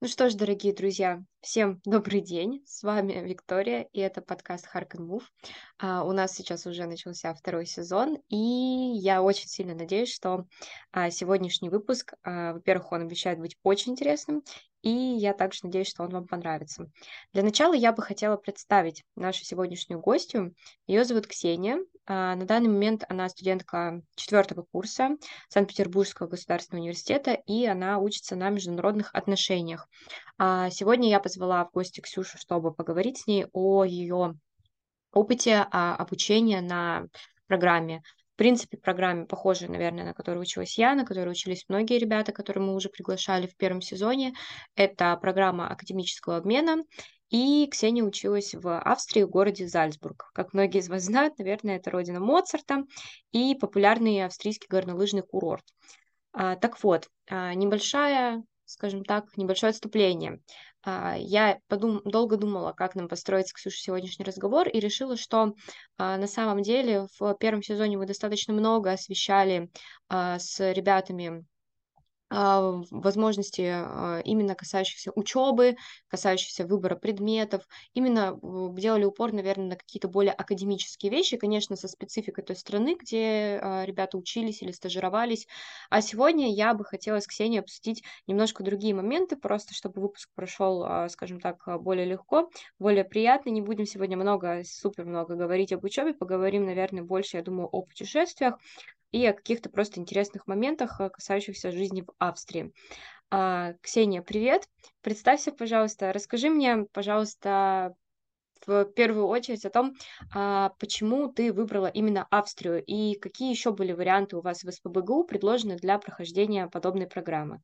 Что ж, дорогие друзья, всем добрый день. С вами Виктория, и это подкаст Hark and Move. У нас сейчас уже начался второй сезон, и я очень сильно надеюсь, что сегодняшний выпуск, во-первых, он обещает быть очень интересным, и я также надеюсь, что он вам понравится. Для начала я бы хотела представить нашу сегодняшнюю гостью. Ее зовут Ксения. На данный момент она студентка четвертого курса Санкт-Петербургского государственного университета, и она учится на международных отношениях. Сегодня я позвала в гости Ксюшу, чтобы поговорить с ней о ее опыте обучения на программе. В принципе, программе похожей, наверное, на которой училась я, на которой учились многие ребята, которые мы уже приглашали в первом сезоне. Это программа академического обмена. И Ксения училась в Австрии, в городе Зальцбург. Как многие из вас знают, наверное, это родина Моцарта и популярный австрийский горнолыжный курорт. Так вот, небольшая, скажем так, небольшое отступление. Я долго думала, как нам построить с Ксюшей сегодняшний разговор, и решила, что на самом деле в первом сезоне мы достаточно много освещали с ребятами возможности, именно касающихся учебы, касающихся выбора предметов. Именно делали упор, наверное, на какие-то более академические вещи, конечно, со спецификой той страны, где ребята учились или стажировались. А сегодня я бы хотела с Ксенией обсудить немножко другие моменты, просто чтобы выпуск прошел, скажем так, более легко, более приятно. Не будем сегодня супер много говорить об учебе, поговорим, наверное, больше, я думаю, о путешествиях и о каких-то просто интересных моментах, касающихся жизни в Австрии. Ксения, привет! Представься, пожалуйста, расскажи мне, пожалуйста, в первую очередь о том, почему ты выбрала именно Австрию и какие еще были варианты у вас в СПбГУ предложены для прохождения подобной программы.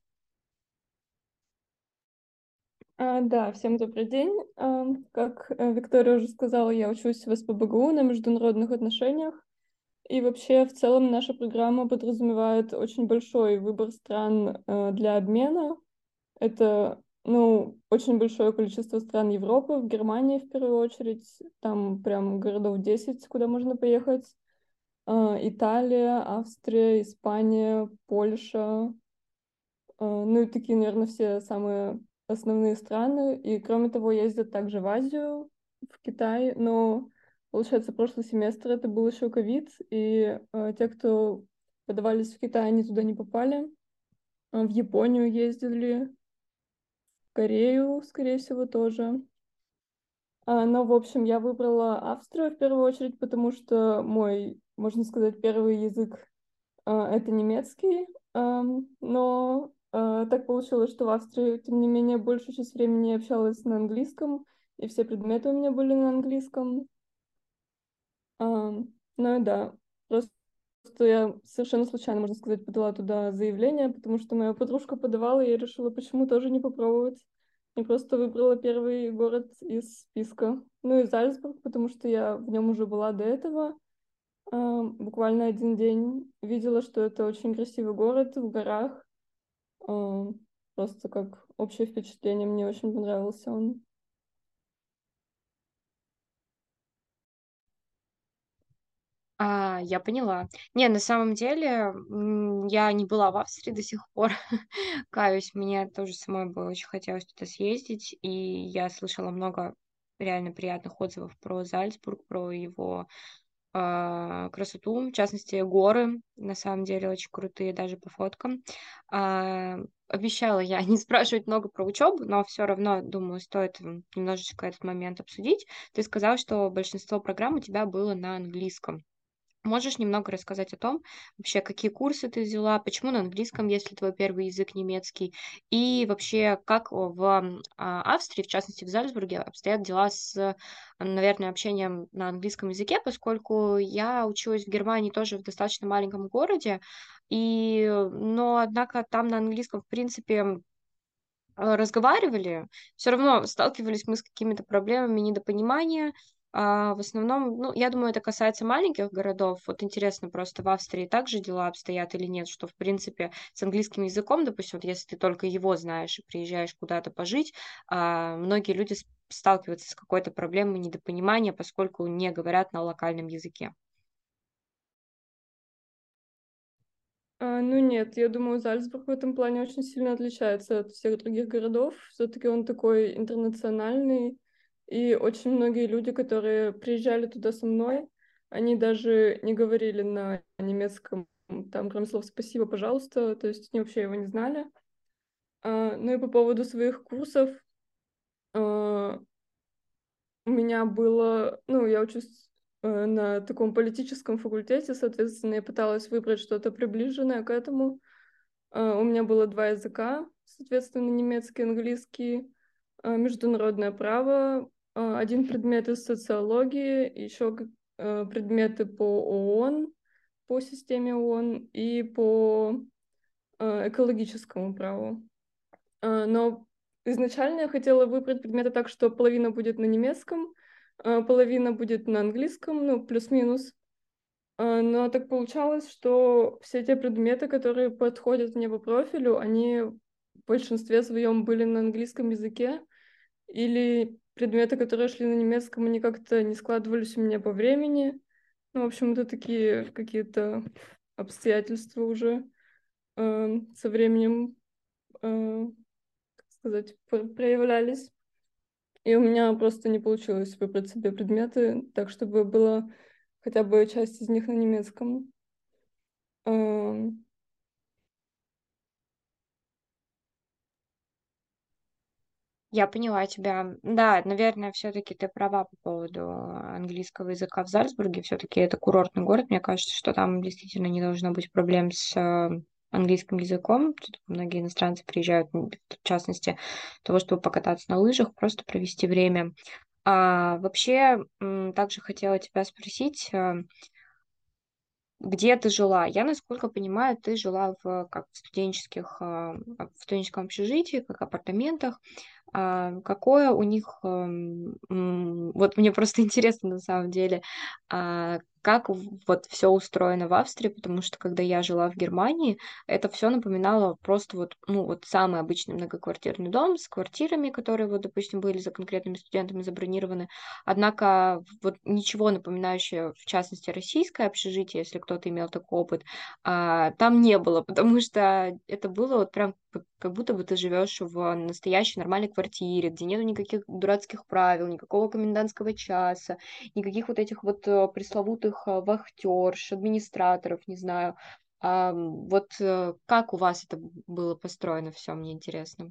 Да, всем добрый день. Как Виктория уже сказала, я учусь в СПбГУ на международных отношениях. И вообще, в целом, наша программа подразумевает очень большой выбор стран для обмена. Это, очень большое количество стран Европы, в Германии в первую очередь. Там прям городов 10, куда можно поехать. Италия, Австрия, Испания, Польша. Ну и такие, наверное, все самые основные страны. И кроме того, ездят также в Азию, в Китай. Но, получается, прошлый семестр это был еще ковид, и те, кто подавались в Китай, они туда не попали. В Японию ездили, в Корею, скорее всего, тоже. Но, в общем, я выбрала Австрию в первую очередь, потому что мой, можно сказать, первый язык это немецкий, но так получилось, что в Австрии, тем не менее, большую часть времени я общалась на английском, и все предметы у меня были на английском. Ну и да, просто я совершенно случайно, можно сказать, подала туда заявление, потому что моя подружка подавала, и я решила, почему тоже не попробовать. И просто выбрала первый город из списка. Ну и Зальцбург, потому что я в нем уже была до этого. Буквально один день видела, что это очень красивый город в горах. А, Просто как общее впечатление, мне очень понравился он. Я поняла. Не, на самом деле, я не была в Австрии до сих пор, каюсь. Мне тоже самой бы очень хотелось туда съездить, и я слышала много реально приятных отзывов про Зальцбург, про его красоту, в частности, горы, на самом деле, очень крутые даже по фоткам. Обещала я не спрашивать много про учебу, но все равно, думаю, стоит немножечко этот момент обсудить. Ты сказал, что большинство программ у тебя было на английском. Можешь немного рассказать о том, вообще, какие курсы ты взяла, почему на английском, если твой первый язык немецкий, и вообще, как в Австрии, в частности в Зальцбурге, обстоят дела с, наверное, общением на английском языке, поскольку я училась в Германии тоже в достаточно маленьком городе, но, однако, там на английском, в принципе, разговаривали, все равно сталкивались мы с какими-то проблемами недопонимания. В основном, ну, я думаю, это касается маленьких городов. Вот интересно, просто в Австрии также дела обстоят или нет, что, в принципе, с английским языком, допустим, вот если ты только его знаешь и приезжаешь куда-то пожить, многие люди сталкиваются с какой-то проблемой недопонимания, поскольку не говорят на локальном языке. Ну нет, я думаю, Зальцбург в этом плане очень сильно отличается от всех других городов. Все-таки он такой интернациональный, и очень многие люди, которые приезжали туда со мной, они даже не говорили на немецком, там, кроме слов «спасибо, пожалуйста», то есть они вообще его не знали. Ну и по поводу своих курсов, а, у меня было, ну, я учусь на таком политическом факультете, соответственно, я пыталась выбрать что-то приближенное к этому. У меня было два языка, соответственно, немецкий, английский, международное право, один предмет из социологии, еще предметы по ООН, по системе ООН и по экологическому праву. Но изначально я хотела выбрать предметы так, что половина будет на немецком, половина будет на английском, ну, плюс-минус. Но так получалось, что все те предметы, которые подходят мне по профилю, они в большинстве своем были на английском языке, или предметы, которые шли на немецком, они как-то не складывались у меня по времени. Ну, в общем, это такие какие-то обстоятельства уже со временем, так сказать, проявлялись. И у меня просто не получилось выбрать себе предметы так, чтобы было хотя бы часть из них на немецком. Эм, Я поняла тебя. Да, наверное, все-таки ты права по поводу английского языка в Зальцбурге. Все-таки это курортный город. Мне кажется, что там действительно не должно быть проблем с английским языком. Тут многие иностранцы приезжают, в частности, для того, чтобы покататься на лыжах, просто провести время. Вообще, также хотела тебя спросить, где ты жила? Я, насколько понимаю, ты жила как в студенческом общежитии, как апартаментах. Какое у них, вот мне просто интересно на самом деле, как вот все устроено в Австрии, потому что когда я жила в Германии, это все напоминало просто вот, ну, вот самый обычный многоквартирный дом с квартирами, которые вот, допустим, были за конкретными студентами забронированы. Однако вот ничего напоминающее, в частности, российское общежитие, если кто-то имел такой опыт, там не было, потому что это было вот прям как будто бы ты живешь в настоящей нормальной квартире, где нету никаких дурацких правил, никакого комендантского часа, никаких вот этих вот пресловутых вахтерш, администраторов, не знаю. Вот как у вас это было построено все, мне интересно.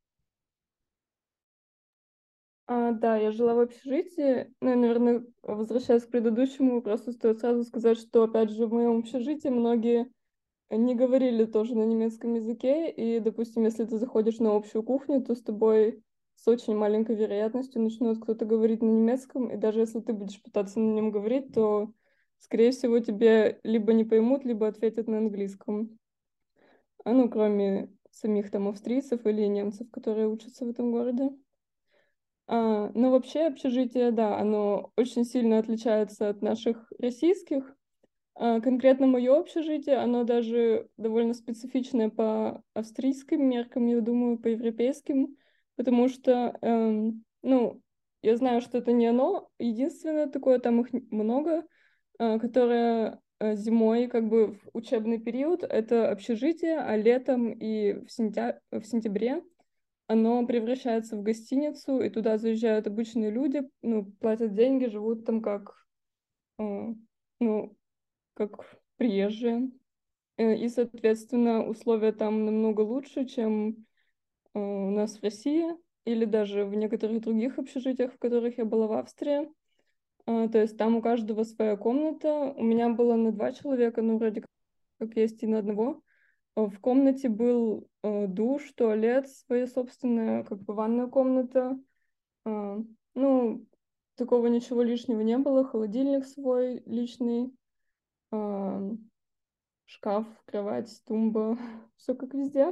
Да, я жила в общежитии. Ну, и, наверное, возвращаясь к предыдущему вопросу, стоит сразу сказать, что, опять же, в моем общежитии многие не говорили тоже на немецком языке, и, допустим, если ты заходишь на общую кухню, то с тобой с очень маленькой вероятностью начнет кто-то говорить на немецком, и даже если ты будешь пытаться на нем говорить, то, скорее всего, тебе либо не поймут, либо ответят на английском. Ну, кроме самих там австрийцев или немцев, которые учатся в этом городе. Ну, вообще общежитие, да, оно очень сильно отличается от наших российских. Конкретно мое общежитие, оно даже довольно специфичное по австрийским меркам, я думаю, по европейским, потому что, ну, я знаю, что это не оно единственное такое, там их много, которое зимой, как бы в учебный период, это общежитие, а летом и в сентябре оно превращается в гостиницу, и туда заезжают обычные люди, ну, платят деньги, живут там э, ну, как приезжие. И, соответственно, условия там намного лучше, чем у нас в России или даже в некоторых других общежитиях, в которых я была в Австрии. То есть там у каждого своя комната. У меня было на два человека, ну, вроде как есть и на одного. В комнате был душ, туалет, своя собственная, как бы ванная комната. А, Ну, такого ничего лишнего не было. Холодильник свой личный, а, шкаф, кровать, тумба, все как везде.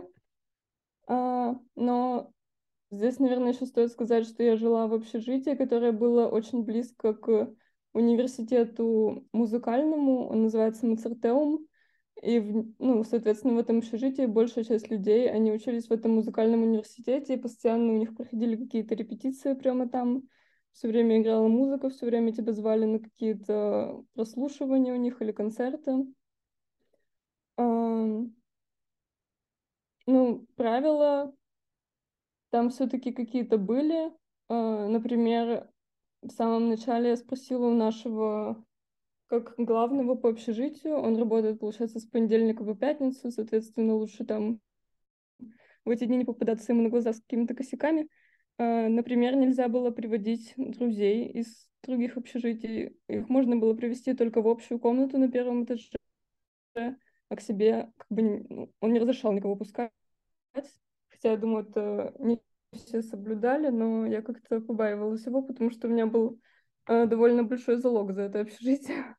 Но здесь, наверное, еще стоит сказать, что я жила в общежитии, которое было очень близко к университету музыкальному, он называется Моцартеум. И, ну, соответственно, в этом общежитии большая часть людей, они учились в этом музыкальном университете, и постоянно у них проходили какие-то репетиции прямо там. Все время играла музыка, все время тебя звали на какие-то прослушивания у них или концерты. Ну, правила там все-таки какие-то были. Например, в самом начале я спросила у нашего как главного по общежитию. Он работает, получается, с понедельника по пятницу, соответственно, лучше там в эти дни не попадаться ему на глаза с какими-то косяками. Например, нельзя было приводить друзей из других общежитий. Их можно было привести только в общую комнату на первом этаже, а к себе как бы он не разрешал никого пускать. Хотя, я думаю, это не все соблюдали, но я как-то побаивалась его, потому что у меня был довольно большой залог за это общежитие.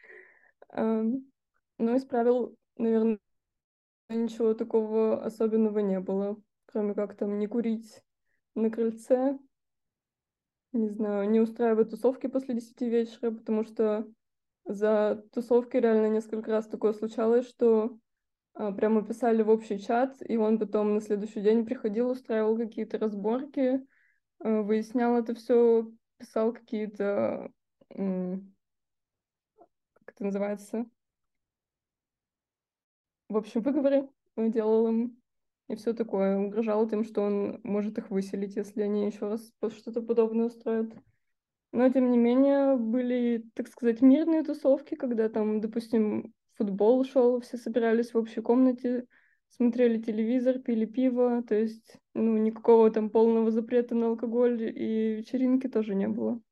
Но из правил, наверное, ничего такого особенного не было, кроме как там не курить на крыльце, не знаю, не устраивать тусовки после 10 вечера, потому что за тусовкой реально несколько раз такое случалось, что прямо писали в общий чат, и он потом на следующий день приходил, устраивал какие-то разборки, выяснял это все, писал какие-то, как это называется, в общем, выговоры делал им и все такое. Угрожал тем, что он может их выселить, если они еще раз что-то подобное устроят. Но, тем не менее, были, так сказать, мирные тусовки, когда там, допустим, футбол шел, все собирались в общей комнате, смотрели телевизор, пили пиво, то есть, ну, никакого там полного запрета на алкоголь и вечеринки тоже не было.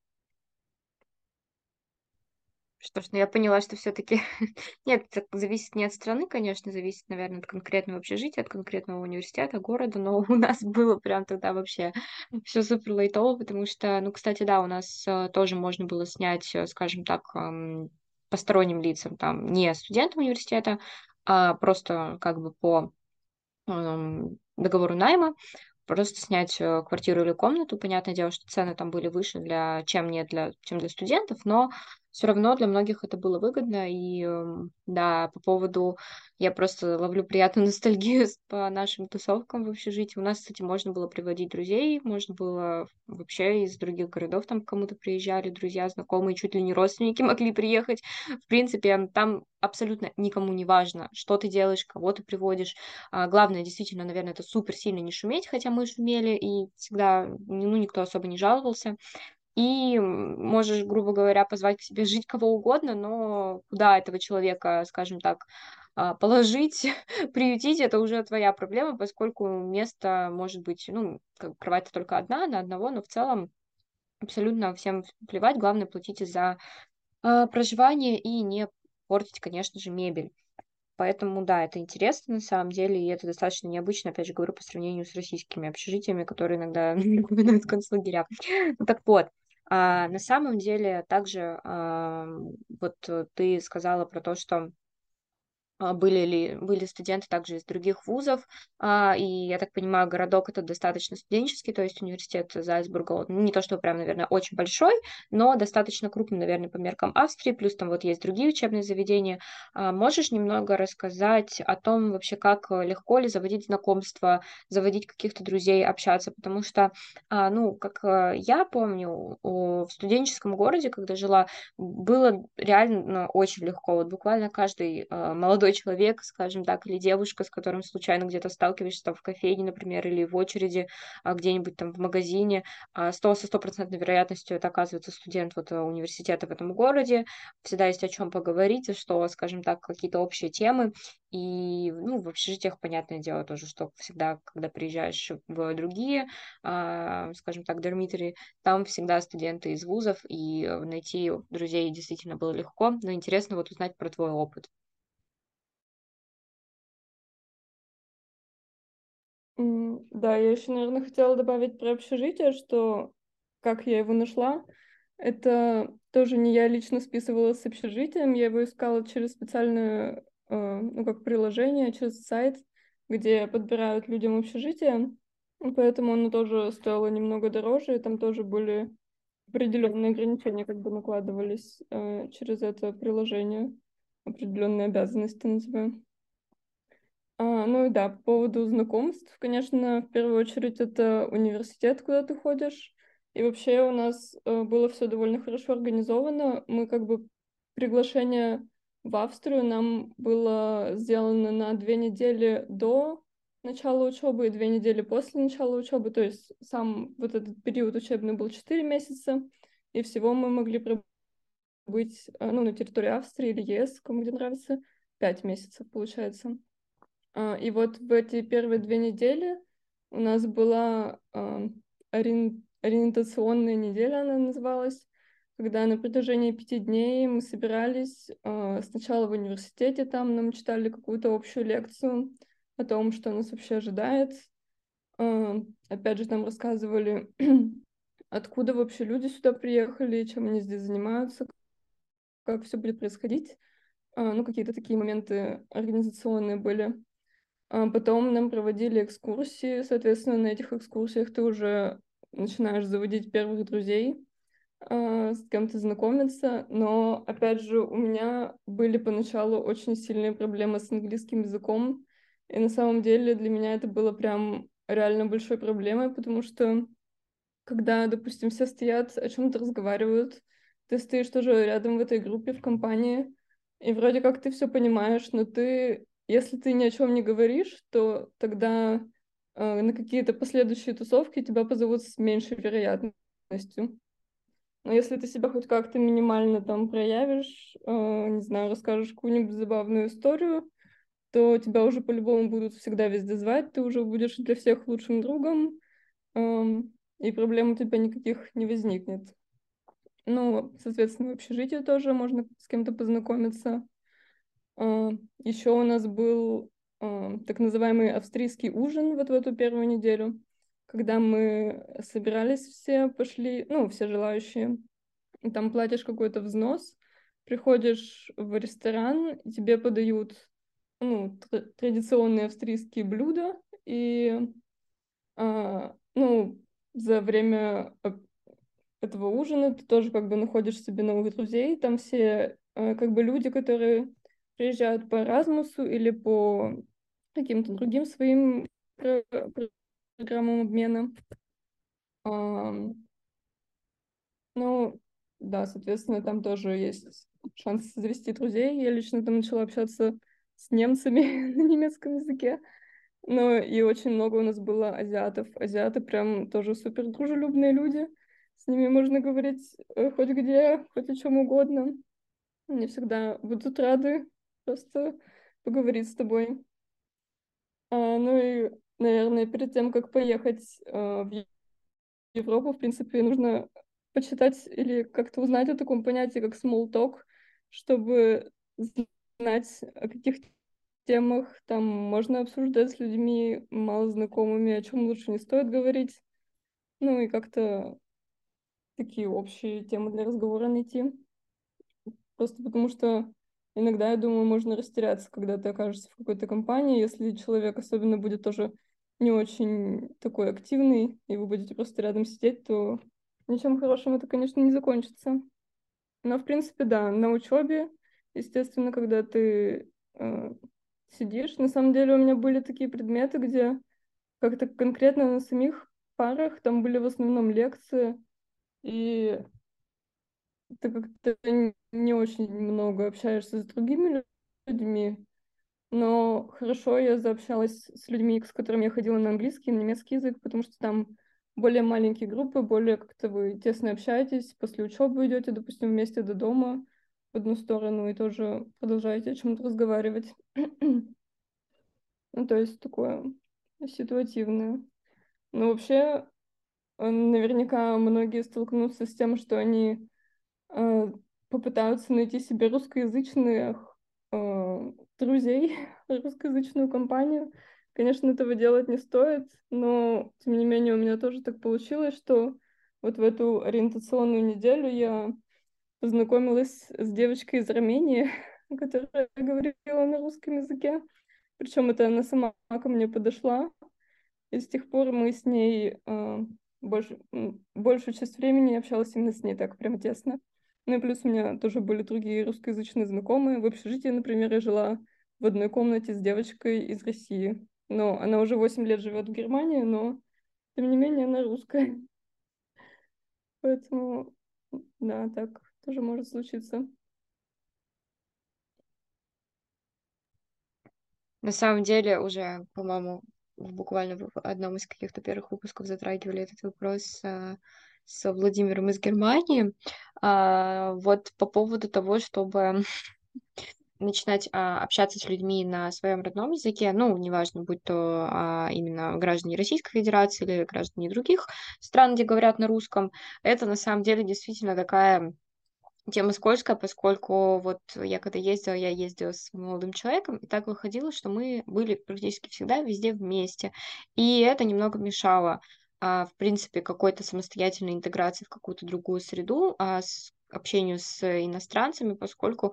Что ж, ну я поняла, что все таки нет, это зависит не от страны, конечно, зависит, наверное, от конкретного общежития, от конкретного университета, города, но у нас было прям тогда вообще все супер лайтово, потому что, ну, кстати, да, у нас, тоже можно было снять, скажем так, посторонним лицам, там, не студентам университета, а просто как бы по, договору найма. Просто снять, квартиру или комнату. Понятное дело, что цены там были выше, чем для студентов, но все равно для многих это было выгодно. И, да, по поводу я просто ловлю приятную ностальгию по нашим тусовкам в общежитии. У нас, кстати, можно было приводить друзей, можно было вообще из других городов там к кому-то приезжали друзья, знакомые, чуть ли не родственники могли приехать. В принципе, там абсолютно никому не важно, что ты делаешь, кого ты приводишь. Главное, действительно, наверное, это супер сильно не шуметь, хотя мы шумели, и всегда, ну, никто особо не жаловался. И, можешь, грубо говоря, позвать к себе жить кого угодно, но куда этого человека, скажем так, положить, приютить — это уже твоя проблема, поскольку место может быть, ну, как бы кровать только одна на одного, но в целом абсолютно всем плевать. Главное, платите за, проживание и не портить, конечно же, мебель. Поэтому да, это интересно на самом деле, и это достаточно необычно, опять же говорю, по сравнению с российскими общежитиями, которые иногда напоминают концлагеря. Ну так вот, на самом деле также, вот, ты сказала про то, что были студенты также из других вузов, и, я так понимаю, городок этот достаточно студенческий, то есть университет Зальцбурга, он не то что прям, наверное, очень большой, но достаточно крупный, наверное, по меркам Австрии, плюс там вот есть другие учебные заведения. Можешь немного рассказать о том вообще, как легко ли заводить знакомства, заводить каких-то друзей, общаться? Потому что, ну, как я помню, в студенческом городе, когда жила, было реально очень легко. Вот буквально каждый, молодой человек, скажем так, или девушка, с которым случайно где-то сталкиваешься там в кофейне, например, или в очереди, где-нибудь там в магазине, со стопроцентной вероятностью это оказывается студент вот, университета в этом городе. Всегда есть о чем поговорить, что, скажем так, какие-то общие темы. И, ну, в общежитиях, понятное дело, тоже, что всегда, когда приезжаешь в другие, скажем так, dormitory, там всегда студенты из вузов, и, найти друзей действительно было легко. Но интересно вот узнать про твой опыт. Да, я еще, наверное, хотела добавить про общежитие, что как я его нашла, это тоже не я лично списывалась с общежитием, я его искала через специальное, ну, как приложение, через сайт, где подбирают людям общежитие, и поэтому оно тоже стоило немного дороже, и там тоже были определенные ограничения, как бы накладывались через это приложение, определенные обязанности называем. Ну и да, по поводу знакомств, конечно, в первую очередь это университет, куда ты ходишь. И вообще у нас было все довольно хорошо организовано. Мы как бы приглашение в Австрию нам было сделано на 2 недели до начала учебы и 2 недели после начала учебы. То есть сам вот этот период учебный был 4 месяца, и всего мы могли пробыть ну, на территории Австрии или ЕС, кому где нравится, 5 месяцев, получается. И вот в эти первые 2 недели у нас была ориентационная неделя, она называлась, когда на протяжении 5 дней мы собирались сначала в университете, там нам читали какую-то общую лекцию о том, что нас вообще ожидает. Опять же, там рассказывали, откуда вообще люди сюда приехали, чем они здесь занимаются, как все будет происходить. Ну, какие-то такие моменты организационные были. Потом нам проводили экскурсии, соответственно, на этих экскурсиях ты уже начинаешь заводить первых друзей, с кем-то знакомиться, но, опять же, у меня были поначалу очень сильные проблемы с английским языком, и на самом деле для меня это было прям реально большой проблемой, потому что когда, допустим, все стоят, о чем-то разговаривают, ты стоишь тоже рядом в этой группе, в компании, и вроде как ты все понимаешь, но если ты ни о чем не говоришь, то тогда на какие-то последующие тусовки тебя позовут с меньшей вероятностью. Но если ты себя хоть как-то минимально там проявишь, не знаю, расскажешь какую-нибудь забавную историю, то тебя уже по-любому будут всегда везде звать, ты уже будешь для всех лучшим другом, и проблем у тебя никаких не возникнет. Ну, соответственно, в общежитии тоже можно с кем-то познакомиться. Еще у нас был так называемый австрийский ужин вот в эту первую неделю, когда мы собирались все, пошли, ну, все желающие, и там платишь какой-то взнос, приходишь в ресторан, и тебе подают, ну, традиционные австрийские блюда, и ну, за время этого ужина ты тоже как бы находишь себе новых друзей. Там все как бы люди, которые приезжают по Эразмусу или по каким-то другим своим программам обмена. Ам, ну, да, соответственно, там тоже есть шанс завести друзей. Я лично там начала общаться с немцами на немецком языке. Ну, и очень много у нас было азиатов. Азиаты прям тоже супер дружелюбные люди. С ними можно говорить хоть где, хоть о чем угодно. Они всегда будут рады просто поговорить с тобой. Ну и, наверное, перед тем, как поехать в Европу, в принципе, нужно почитать или как-то узнать о таком понятии, как small talk, чтобы знать, о каких темах там можно обсуждать с людьми малознакомыми, о чем лучше не стоит говорить. Ну и как-то такие общие темы для разговора найти. Просто потому что иногда, я думаю, можно растеряться, когда ты окажешься в какой-то компании, если человек особенно будет тоже не очень такой активный, и вы будете просто рядом сидеть, то ничем хорошим это, конечно, не закончится. Но, в принципе, да, на учебе, естественно, когда ты сидишь, на самом деле у меня были такие предметы, где как-то конкретно на самих парах там были в основном лекции, и ты как-то не очень много общаешься с другими людьми, но хорошо я заобщалась с людьми, с которыми я ходила на английский и на немецкий язык, потому что там более маленькие группы, более как-то вы тесно общаетесь, после учебы идете, допустим, вместе до дома в одну сторону и тоже продолжаете о чем-то разговаривать. Ну, то есть такое ситуативное. Но вообще, наверняка многие столкнутся с тем, что они э, попытаются найти себе русскоязычных друзей, русскоязычную компанию. Конечно, этого делать не стоит, но, тем не менее, у меня тоже так получилось, что вот в эту ориентационную неделю я познакомилась с девочкой из Армении, которая говорила на русском языке. Причем это она сама ко мне подошла, и с тех пор мы с ней большую часть времени общалась именно с ней так прям тесно. Ну и плюс у меня тоже были другие русскоязычные знакомые. В общежитии, например, я жила в одной комнате с девочкой из России. Но она уже 8 лет живет в Германии, но тем не менее она русская. Поэтому, да, так тоже может случиться. На самом деле уже, по-моему, буквально в одном из каких-то первых выпусков затрагивали этот вопрос с Владимиром из Германии. Вот по поводу того, чтобы начинать общаться с людьми на своем родном языке, ну, неважно, будь то именно граждане Российской Федерации или граждане других стран, где говорят на русском, это на самом деле действительно такая тема скользкая, поскольку вот я когда ездила, я ездила с молодым человеком, и так выходило, что мы были практически всегда везде вместе. И это немного мешало, в принципе, какой-то самостоятельной интеграции в какую-то другую среду, общению с иностранцами, поскольку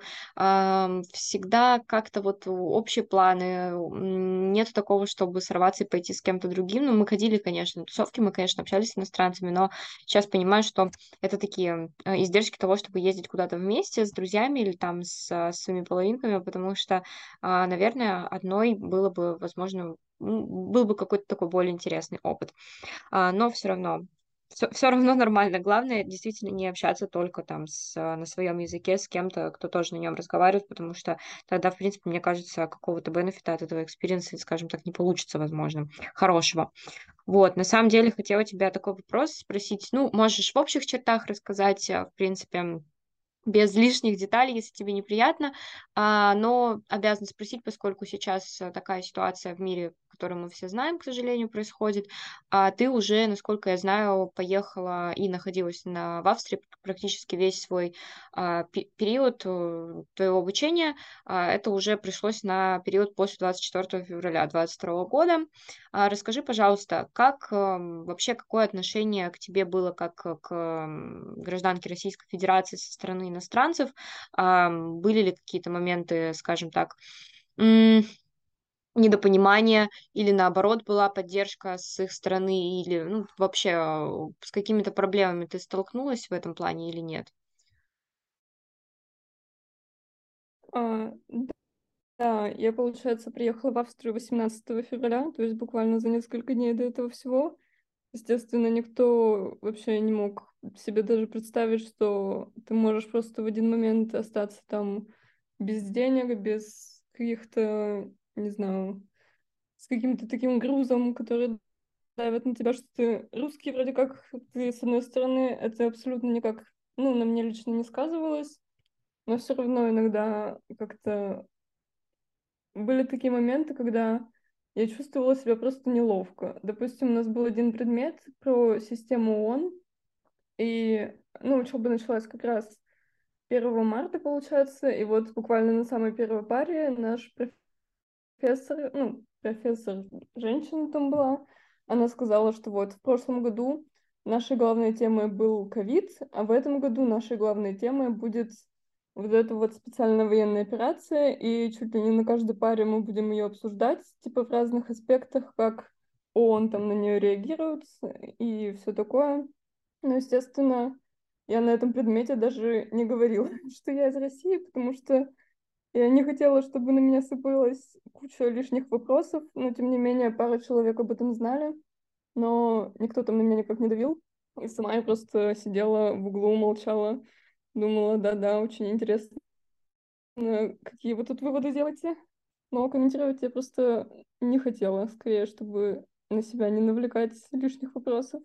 всегда как-то вот общие планы, нет такого, чтобы сорваться и пойти с кем-то другим. Ну, мы ходили, конечно, на тусовки, мы, конечно, общались с иностранцами, но сейчас понимаю, что это такие, издержки того, чтобы ездить куда-то вместе с друзьями или там с своими половинками, потому что, наверное, одной было бы, возможно, был бы какой-то такой более интересный опыт. Но все равно всё равно нормально. Главное, действительно, не общаться только там на своем языке с кем-то, кто тоже на нем разговаривает, потому что тогда, в принципе, мне кажется, какого-то бенефита от этого экспириенса, скажем так, не получится, возможно, хорошего. Вот, на самом деле хотела тебя такой вопрос спросить. Ну, можешь в общих чертах рассказать, в принципе, без лишних деталей, если тебе неприятно, но обязана спросить, поскольку сейчас такая ситуация в мире, которую мы все знаем, к сожалению, происходит. Ты уже, насколько я знаю, поехала и находилась в Австрии практически весь свой период твоего обучения. Это уже пришлось на период после 24 февраля 2022 года. Расскажи, пожалуйста, как вообще, какое отношение к тебе было как к гражданке Российской Федерации со стороны иностранцев? Были ли какие-то моменты, скажем так, м, недопонимания или наоборот была поддержка с их стороны, или ну, вообще с какими-то проблемами ты столкнулась в этом плане или нет? А, да, я, получается, приехала в Австрию 18 февраля, то есть буквально за несколько дней до этого всего. Естественно, никто вообще не мог себе даже представить, что ты можешь просто в один момент остаться там без денег, без каких-то, не знаю, с каким-то таким грузом, который давит на тебя, что ты русский вроде как, ты, с одной стороны, это абсолютно никак, ну, на мне лично не сказывалось, но все равно иногда как-то были такие моменты, когда я чувствовала себя просто неловко. Допустим, у нас был один предмет про систему ООН, и, ну, учеба началась как раз 1 марта, получается, и вот буквально на самой первой паре наш профессор, ну, профессор женщина там была, она сказала, что вот в прошлом году нашей главной темой был ковид, а в этом году нашей главной темой будет вот эта вот специальная военная операция, и чуть ли не на каждой паре мы будем ее обсуждать, типа в разных аспектах, как ООН там на нее реагирует и все такое. Ну, естественно, я на этом предмете даже не говорила, что я из России, потому что я не хотела, чтобы на меня сыпалась куча лишних вопросов, но тем не менее пара человек об этом знали, но никто там на меня никак не давил. И сама я просто сидела в углу, молчала, думала, да-да, очень интересно, какие вы тут выводы делаете. Но комментировать я просто не хотела, скорее, чтобы на себя не навлекать лишних вопросов.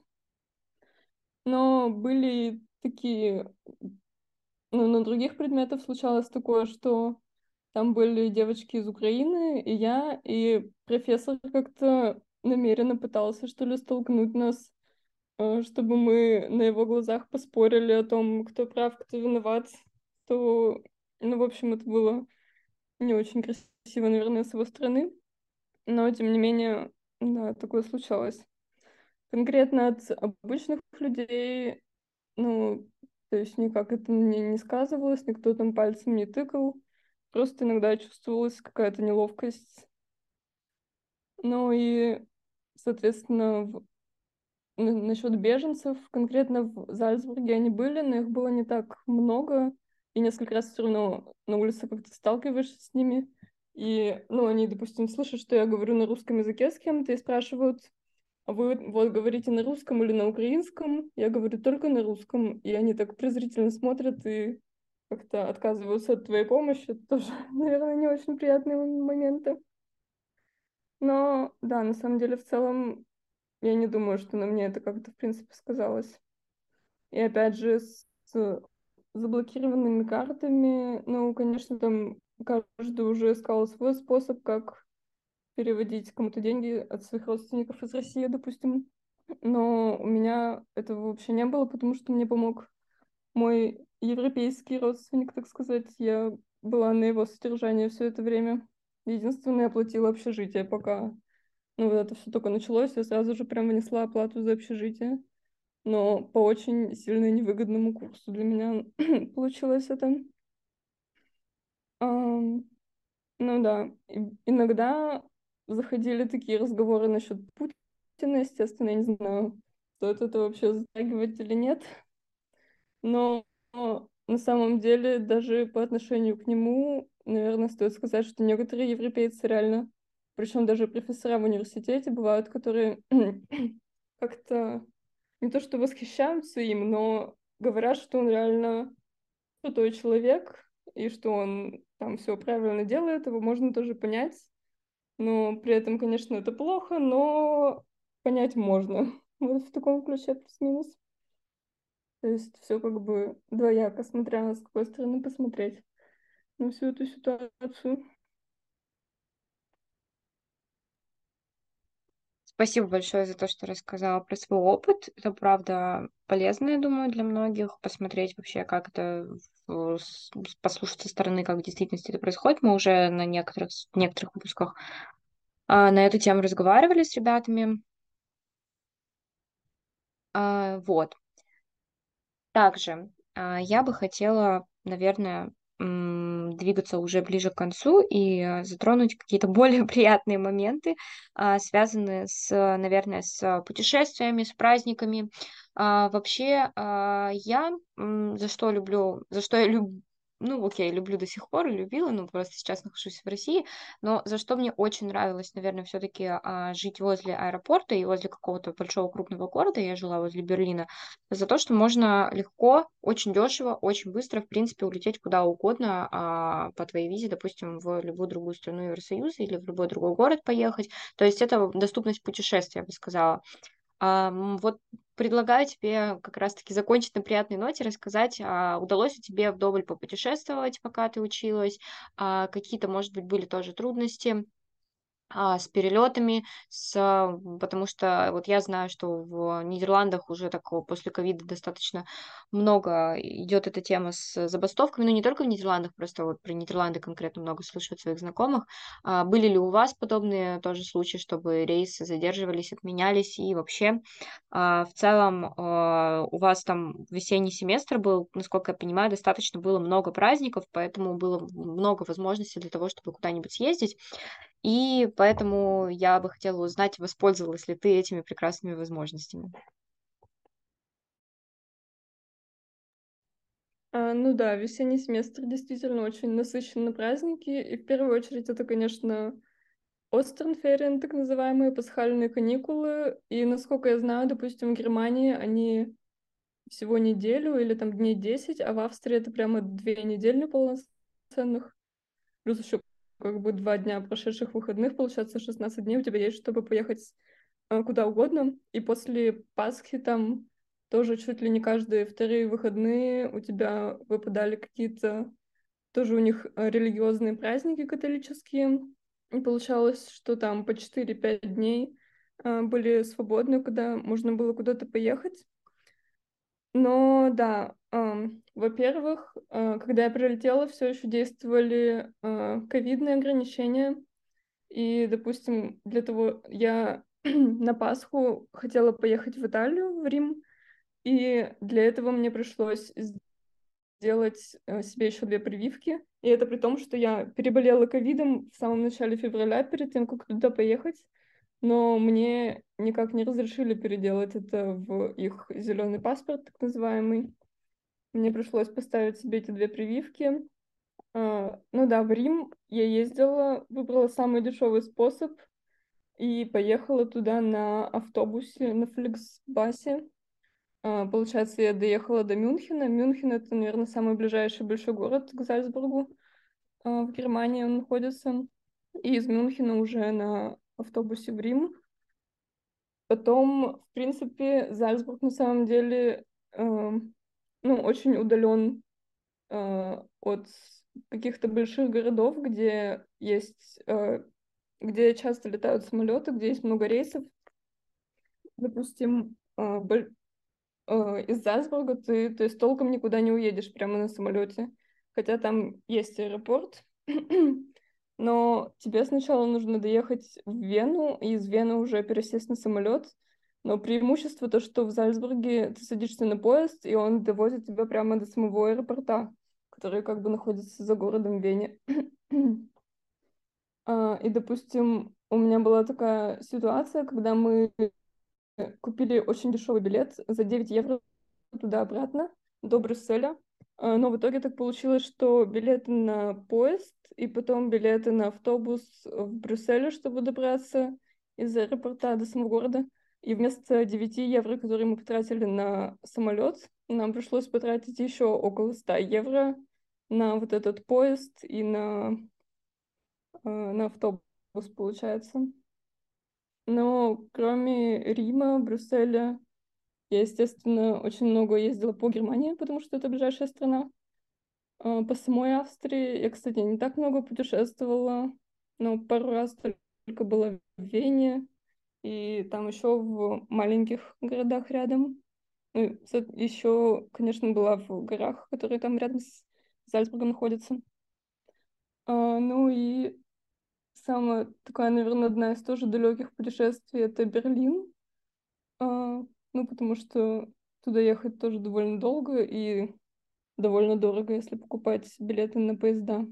Но были такие, ну, на других предметах случалось такое, что там были девочки из Украины, и я, и профессор как-то намеренно пытался, что ли, столкнуть нас, чтобы мы на его глазах поспорили о том, кто прав, кто виноват. То, ну, в общем, это было не очень красиво, наверное, с его стороны, но, тем не менее, да, такое случалось. Конкретно от обычных людей, ну, то есть никак это мне не сказывалось, никто там пальцем не тыкал. Просто иногда чувствовалась какая-то неловкость. Ну и, соответственно, насчет беженцев, конкретно в Зальцбурге они были, но их было не так много. И несколько раз все равно на улице как-то сталкиваешься с ними. И, ну, они, допустим, слышат, что я говорю на русском языке с кем-то и спрашивают, а вы вот говорите на русском или на украинском? Я говорю только на русском. И они так презрительно смотрят и как-то отказываются от твоей помощи. Это тоже, наверное, не очень приятные моменты. Но да, на самом деле в целом я не думаю, что на мне это как-то в принципе сказалось. И опять же с заблокированными картами, ну, конечно, там каждый уже искал свой способ, как переводить кому-то деньги от своих родственников из России, допустим. Но у меня этого вообще не было, потому что мне помог мой европейский родственник, так сказать. Я была на его содержании все это время. Единственное, я оплатила общежитие, пока ну, вот это все только началось, я сразу же прям внесла оплату за общежитие. Но по очень сильно невыгодному курсу для меня получилось это. Ам, ну да, иногда заходили такие разговоры насчет Путина, естественно, я не знаю, стоит это вообще затягивать или нет. Но на самом деле даже по отношению к нему, наверное, стоит сказать, что некоторые европейцы реально, причем даже профессора в университете бывают, которые как-то не то что восхищаются им, но говорят, что он реально крутой человек, и что он там все правильно делает, его можно тоже понять. Но при этом, конечно, это плохо, но понять можно. Вот в таком ключе плюс-минус. То есть все как бы двояко, смотря с какой стороны посмотреть на всю эту ситуацию. Спасибо большое за то, что рассказала про свой опыт. Это правда полезно, я думаю, для многих посмотреть вообще, как это послушать со стороны, как в действительности это происходит. Мы уже на некоторых выпусках на эту тему разговаривали с ребятами. Вот. Также я бы хотела, наверное, двигаться уже ближе к концу и затронуть какие-то более приятные моменты, связанные наверное, с путешествиями, с праздниками. Вообще, я за что я люблю, ну, окей, люблю до сих пор и любила, ну, просто сейчас нахожусь в России, но за что мне очень нравилось, наверное, все-таки жить возле аэропорта и возле какого-то большого крупного города. Я жила возле Берлина, за то, что можно легко, очень дешево, очень быстро, в принципе, улететь куда угодно по твоей визе, допустим, в любую другую страну Евросоюза или в любой другой город поехать. То есть это доступность путешествия, я бы сказала. Вот предлагаю тебе как раз-таки закончить на приятной ноте, рассказать, удалось ли тебе вдоволь попутешествовать, пока ты училась, какие-то, может быть, были тоже трудности, с перелетами, потому что вот я знаю, что в Нидерландах уже так после ковида достаточно много идет эта тема с забастовками, ну не только в Нидерландах, просто вот про Нидерланды конкретно много слышу от своих знакомых. Были ли у вас подобные тоже случаи, чтобы рейсы задерживались, отменялись и вообще в целом у вас там весенний семестр был, насколько я понимаю, достаточно было много праздников, поэтому было много возможностей для того, чтобы куда-нибудь съездить. И поэтому я бы хотела узнать, воспользовалась ли ты этими прекрасными возможностями. Ну да, весенний семестр действительно очень насыщен на праздники. И в первую очередь это, конечно, Остернферien, так называемые пасхальные каникулы. И насколько я знаю, допустим, в Германии они всего неделю или там дней 10, а в Австрии это прямо 2 недели полноценных. Плюс еще как бы 2 дня прошедших выходных, получается 16 дней у тебя есть, чтобы поехать куда угодно. И после Пасхи там тоже чуть ли не каждые вторые выходные у тебя выпадали какие-то тоже у них религиозные праздники католические. И получалось, что там по 4-5 дней были свободны, когда можно было куда-то поехать. Но да, во-первых, когда я прилетела, все еще действовали ковидные ограничения. И, допустим, для того я на Пасху хотела поехать в Италию, в Рим, и для этого мне пришлось сделать себе еще 2 прививки. И это при том, что я переболела ковидом в самом начале февраля, перед тем, как туда поехать. Но мне никак не разрешили переделать это в их зеленый паспорт, так называемый. Мне пришлось поставить себе эти 2 прививки. Ну да, в Рим я ездила, выбрала самый дешевый способ и поехала туда на автобусе, на Фликсбасе. Получается, я доехала до Мюнхена. Мюнхен — это, наверное, самый ближайший большой город к Зальцбургу. В Германии он находится. И из Мюнхена уже на автобусе в Рим. Потом, в принципе, Зальцбург на самом деле очень удален от каких-то больших городов, где часто летают самолеты, где есть много рейсов. Допустим, из Зальцбурга ты, то есть, толком никуда не уедешь прямо на самолете, хотя там есть аэропорт, но тебе сначала нужно доехать в Вену, и из Вены уже пересесть на самолет. Но преимущество то, что в Зальцбурге ты садишься на поезд, и он довозит тебя прямо до самого аэропорта, который как бы находится за городом Вене. И, допустим, у меня была такая ситуация, когда мы купили очень дешевый билет за 9 евро туда-обратно до Брюсселя. Но в итоге так получилось, что билеты на поезд и потом билеты на автобус в Брюсселе, чтобы добраться из аэропорта до самого города. И вместо 9 евро, которые мы потратили на самолет, нам пришлось потратить еще около 100 евро на вот этот поезд и на автобус, получается. Но кроме Рима, Брюсселя, я, естественно, очень много ездила по Германии, потому что это ближайшая страна. По самой Австрии я, кстати, не так много путешествовала, но пару раз только была в Вене и там еще в маленьких городах рядом. Ну, еще, конечно, была в горах, которые там рядом с Зальцбургом находятся. Ну и самая такая, наверное, одна из тоже далеких путешествий — это Берлин. Ну, потому что туда ехать тоже довольно долго и довольно дорого, если покупать билеты на поезда.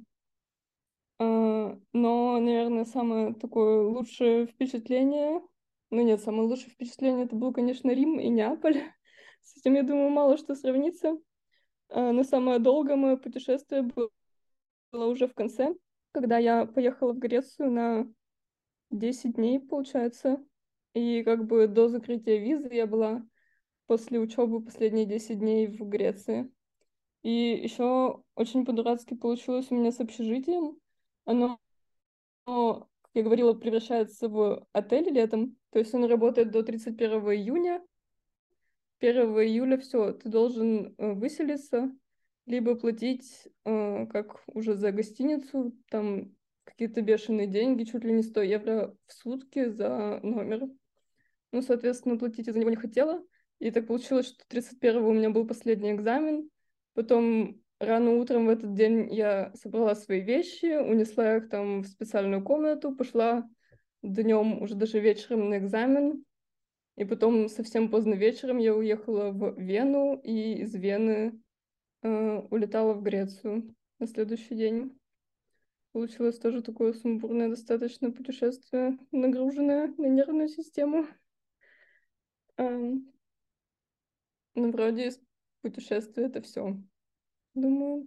Но, наверное, самое такое лучшее впечатление, ну нет, самое лучшее впечатление это был, конечно, Рим и Неаполь. С этим, я думаю, мало что сравнится. Но самое долгое мое путешествие было уже в конце, когда я поехала в Грецию на 10 дней, получается. И как бы до закрытия визы я была после учебы последние 10 дней в Греции. И еще очень по-дурацки получилось у меня с общежитием. Оно, как я говорила, превращается в отель летом. То есть он работает до 31 июня. 1 июля все, ты должен выселиться, либо платить как уже за гостиницу, там какие-то бешеные деньги, чуть ли не 100 евро в сутки за номер. Ну, соответственно, платить я за него не хотела. И так получилось, что 31-го у меня был последний экзамен. Потом рано утром в этот день я собрала свои вещи, унесла их там в специальную комнату, пошла днем, уже даже вечером на экзамен. И потом совсем поздно вечером я уехала в Вену, и из Вены улетала в Грецию на следующий день. Получилось тоже такое сумбурное достаточно путешествие, нагруженное на нервную систему. Эм, Ну, вроде из путешествия это все. Думаю.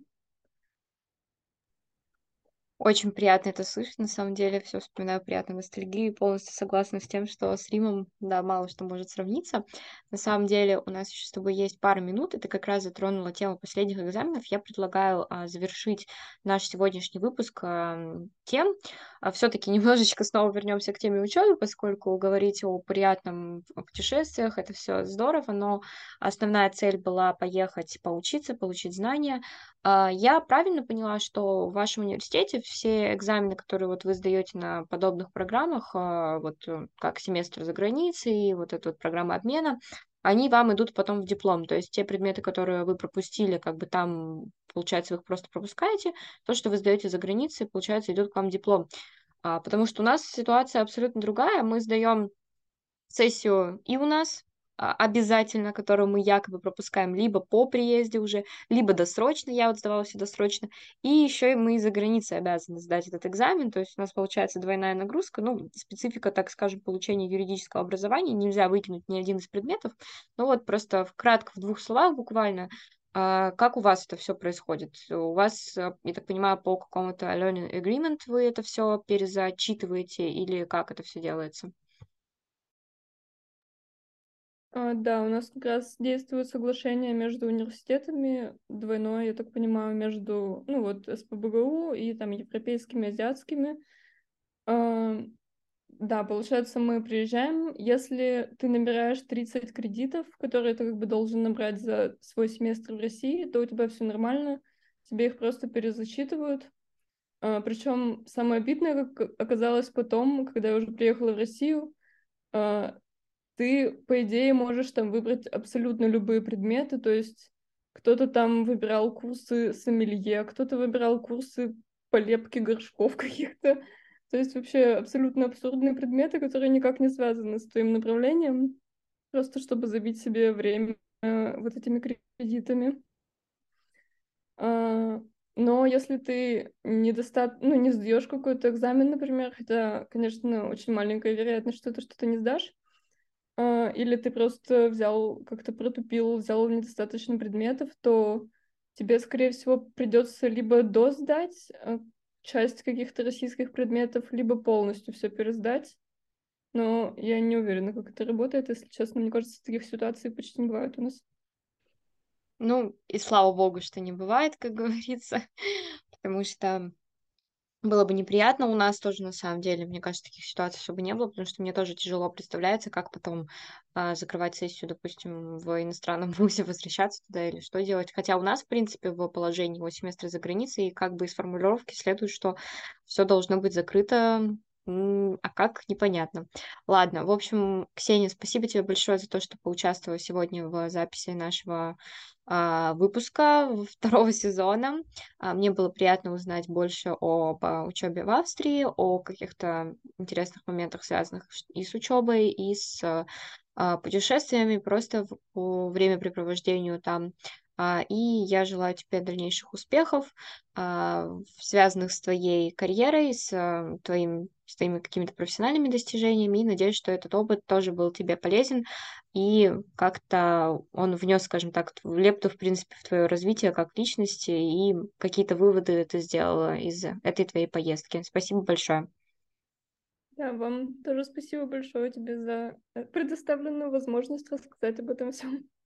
Очень приятно это слышать, на самом деле, все вспоминаю приятную ностальгию, полностью согласна с тем, что с Римом, да, мало что может сравниться. На самом деле у нас еще с тобой есть пара минут, и ты как раз затронула тему последних экзаменов. Я предлагаю завершить наш сегодняшний выпуск тем. Все-таки немножечко снова вернемся к теме учебы, поскольку говорить о приятном путешествиях — это все здорово, но основная цель была поехать поучиться, получить знания. Я правильно поняла, что в вашем университете все экзамены, которые вот вы сдаете на подобных программах, как семестр за границей, и вот эта вот программа обмена, они вам идут потом в диплом? То есть те предметы, которые вы пропустили, как бы там, получается, вы их просто пропускаете, то, что вы сдаете за границей, получается, идет к вам диплом. Потому что у нас ситуация абсолютно другая. Мы сдаем сессию и у нас обязательно, которую мы якобы пропускаем либо по приезде уже, либо досрочно, я вот сдавала все досрочно, и еще и мы из-за границы обязаны сдать этот экзамен, то есть у нас получается двойная нагрузка, ну, специфика, так скажем, получения юридического образования, нельзя выкинуть ни один из предметов, ну вот просто вкратко, в двух словах буквально, как у вас это все происходит? У вас, я так понимаю, по какому-то learning agreement вы это все перезачитываете или как это все делается? Да, у нас как раз действует соглашение между университетами, двойное, я так понимаю, между, СПбГУ и там европейскими, азиатскими. А, Да, получается, мы приезжаем. Если ты набираешь 30 кредитов, которые ты как бы должен набрать за свой семестр в России, то у тебя все нормально. Тебе их просто перезачитывают. Причем самое обидное, как оказалось потом, когда я уже приехала в Россию, а, ты, по идее, можешь там выбрать абсолютно любые предметы. То есть кто-то там выбирал курсы сомелье, кто-то выбирал курсы полепки горшков каких-то. То есть вообще абсолютно абсурдные предметы, которые никак не связаны с твоим направлением, просто чтобы забить себе время вот этими кредитами. А, Но если ты ну, не сдаешь какой-то экзамен, например, хотя, конечно, очень маленькая вероятность, что ты что-то не сдашь, или ты просто взял, как-то протупил, взял недостаточно предметов, то тебе, скорее всего, придется либо досдать часть каких-то российских предметов, либо полностью все пересдать. Но я не уверена, как это работает, если честно. Мне кажется, таких ситуаций почти не бывает у нас. Ну, и слава богу, что не бывает, как говорится, потому что было бы неприятно. У нас тоже, на самом деле, мне кажется, таких ситуаций особо не было, потому что мне тоже тяжело представляется, как потом закрывать сессию, допустим, в иностранном вузе, возвращаться туда или что делать. Хотя у нас, в принципе, в положении его семестра за границей, и как бы из формулировки следует, что все должно быть закрыто, а как, непонятно. Ладно, в общем, Ксения, спасибо тебе большое за то, что поучаствовала сегодня в записи нашего выпуска второго сезона. Мне было приятно узнать больше об учебе в Австрии, о каких-то интересных моментах, связанных и с учебой, и с путешествиями, просто по времяпрепровождению там. И я желаю тебе дальнейших успехов, связанных с твоей карьерой, с твоими какими-то профессиональными достижениями, и надеюсь, что этот опыт тоже был тебе полезен, и как-то он внес, скажем так, лепту, в принципе, в твое развитие как личности, и какие-то выводы ты сделала из этой твоей поездки. Спасибо большое. Да, вам тоже спасибо большое тебе за предоставленную возможность рассказать об этом всем.